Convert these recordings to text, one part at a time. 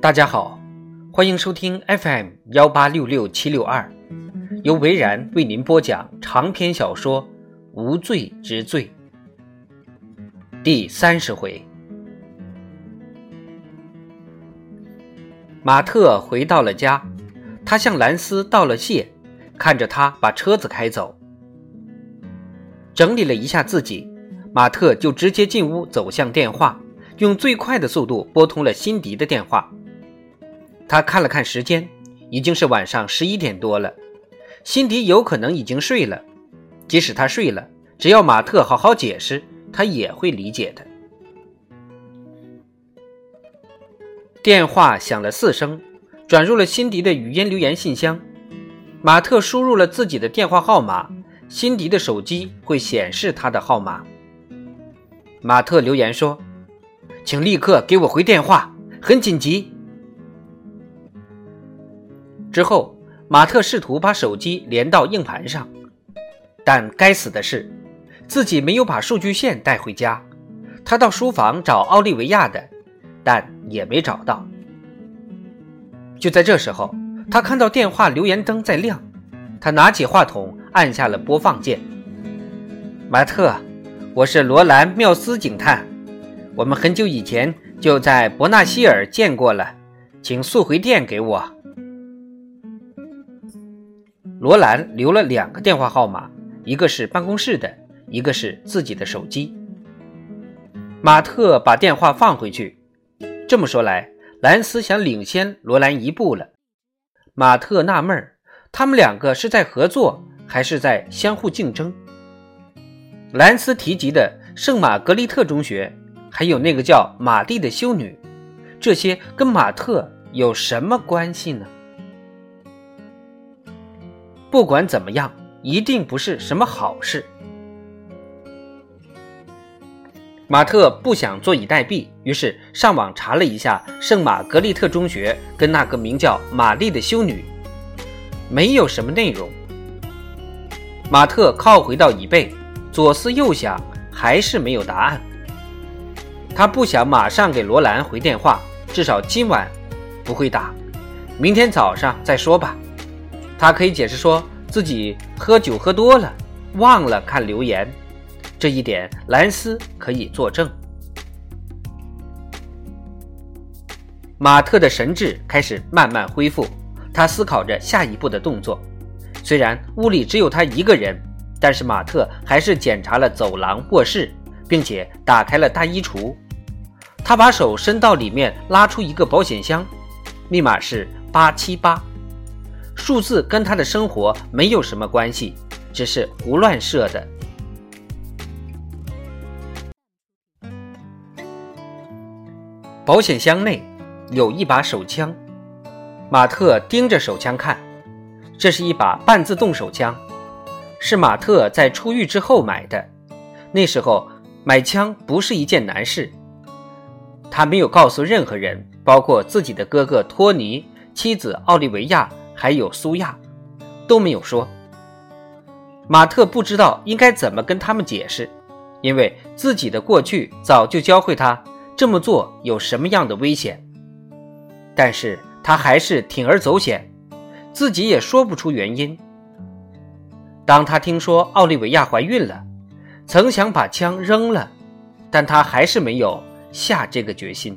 大家好，欢迎收听 FM1866762，由维然为您播讲长篇小说《无罪之罪》第30回。马特回到了家，他向兰斯道了谢，看着他把车子开走。整理了一下自己，马特就直接进屋走向电话，用最快的速度拨通了辛迪的电话。他看了看时间，已经是晚上11点多了。辛迪有可能已经睡了，即使他睡了，只要马特好好解释，他也会理解的。电话响了4声，转入了辛迪的语音留言信箱。马特输入了自己的电话号码，辛迪的手机会显示他的号码。马特留言说：请立刻给我回电话，很紧急。之后，马特试图把手机连到硬盘上，但该死的是，自己没有把数据线带回家。他到书房找奥利维亚的，但也没找到。就在这时候，他看到电话留言灯在亮，他拿起话筒按下了播放键。马特，我是罗兰·缪斯警探，我们很久以前就在伯纳希尔见过了，请速回电给我。罗兰留了2个电话号码，一个是办公室的，一个是自己的手机。马特把电话放回去。这么说来，兰斯想领先罗兰一步了。马特纳闷，他们2个是在合作还是在相互竞争？兰斯提及的圣玛格丽特中学，还有那个叫玛丽的修女，这些跟马特有什么关系呢？不管怎么样，一定不是什么好事。马特不想坐以待毙，于是上网查了一下圣玛格丽特中学跟那个名叫玛丽的修女，没有什么内容。马特靠回到椅背，左思右想，还是没有答案。他不想马上给罗兰回电话，至少今晚不会打，明天早上再说吧。他可以解释说自己喝酒喝多了，忘了看留言，这一点兰斯可以作证。马特的神智开始慢慢恢复，他思考着下一步的动作。虽然屋里只有他一个人，但是马特还是检查了走廊、卧室，并且打开了大衣橱。他把手伸到里面，拉出一个保险箱，密码是878。数字跟他的生活没有什么关系，只是胡乱设的。保险箱内有一把手枪，马特盯着手枪看，这是一把半自动手枪，是马特在出狱之后买的。那时候买枪不是一件难事，他没有告诉任何人，包括自己的哥哥托尼、妻子奥利维亚还有苏亚，都没有说。马特不知道应该怎么跟他们解释，因为自己的过去早就教会他这么做有什么样的危险。但是他还是铤而走险，自己也说不出原因。当他听说奥利维亚怀孕了，曾想把枪扔了，但他还是没有下这个决心。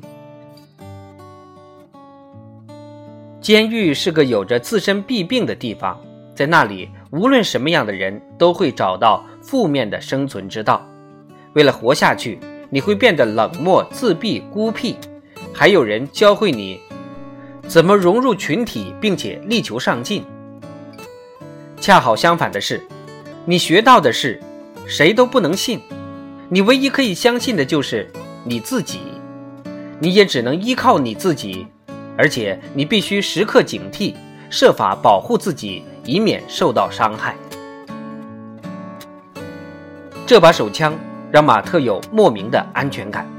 监狱是个有着自身弊病的地方，在那里无论什么样的人都会找到负面的生存之道。为了活下去，你会变得冷漠、自闭、孤僻，还有人教会你怎么融入群体并且力求上进。恰好相反的是，你学到的是谁都不能信，你唯一可以相信的就是你自己，你也只能依靠你自己，而且你必须时刻警惕，设法保护自己，以免受到伤害。这把手枪让马特有莫名的安全感。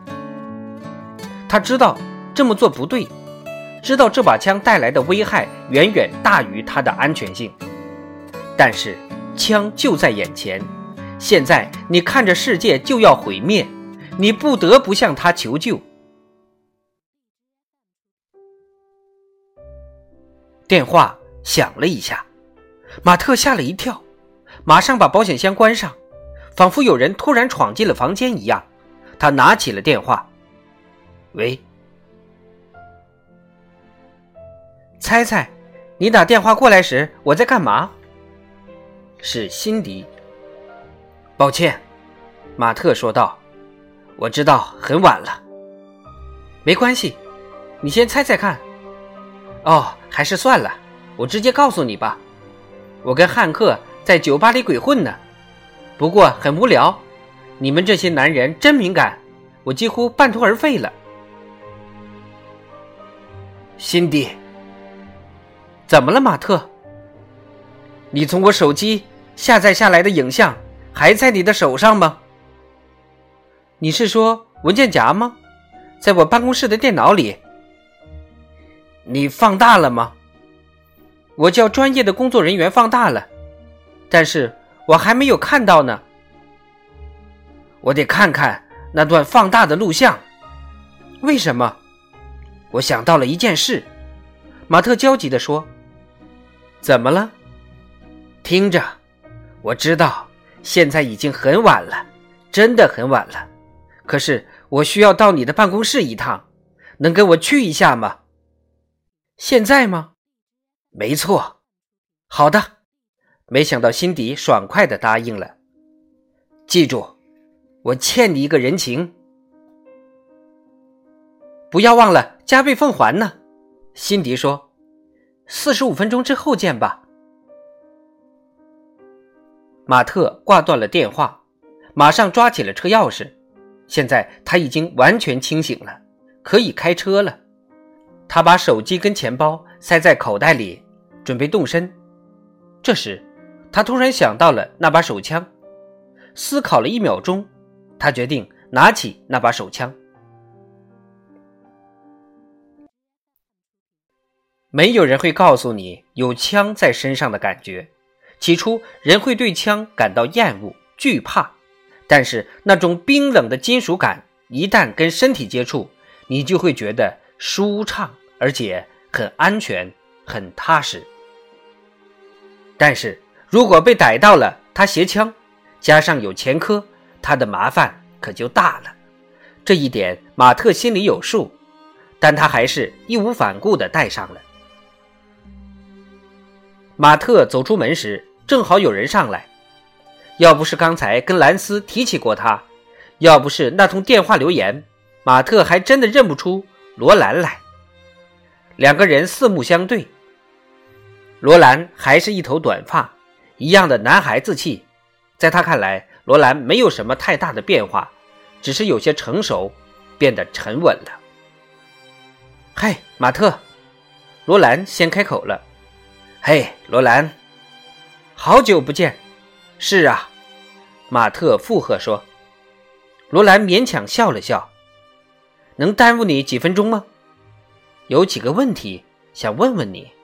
他知道这么做不对，知道这把枪带来的危害远远大于他的安全性，但是枪就在眼前，现在你看着世界就要毁灭，你不得不向他求救。 电话响了一下，马特吓了一跳，马上把保险箱关上，仿佛有人突然闯进了房间一样。他拿起了电话。喂，猜猜你打电话过来时我在干嘛？是辛迪。抱歉，马特说道，我知道很晚了。没关系，你先猜猜看。哦，还是算了，我直接告诉你吧。我跟汉克在酒吧里鬼混呢，不过很无聊。你们这些男人真敏感，我几乎半途而废了。辛迪，怎么了，马特？你从我手机下载下来的影像还在你的手上吗？你是说文件夹吗？在我办公室的电脑里。你放大了吗？我叫专业的工作人员放大了，但是我还没有看到呢。我得看看那段放大的录像。为什么？我想到了一件事。马特焦急地说。怎么了？听着，我知道现在已经很晚了，真的很晚了。可是我需要到你的办公室一趟，能跟我去一下吗？现在吗？没错。好的。没想到辛迪爽快地答应了。记住，我欠你一个人情。不要忘了加倍奉还呢。辛迪说。45分钟之后见吧。马特挂断了电话，马上抓起了车钥匙。现在他已经完全清醒了，可以开车了。他把手机跟钱包塞在口袋里，准备动身。这时他突然想到了那把手枪，思考了1秒钟，他决定拿起那把手枪。没有人会告诉你有枪在身上的感觉。起初人会对枪感到厌恶、惧怕，但是那种冰冷的金属感一旦跟身体接触，你就会觉得舒畅，而且很安全、很踏实。但是如果被逮到了他携枪，加上有前科，他的麻烦可就大了。这一点马特心里有数，但他还是义无反顾地带上了。马特走出门时，正好有人上来。要不是刚才跟兰斯提起过他，要不是那通电话留言，马特还真的认不出罗兰来。两个人四目相对，罗兰还是一头短发，一样的男孩子气。在他看来，罗兰没有什么太大的变化，只是有些成熟，变得沉稳了。嘿，马特，罗兰先开口了。嘿，罗兰，好久不见。是啊，马特附和说。罗兰勉强笑了笑。能耽误你几分钟吗？有几个问题想问问你。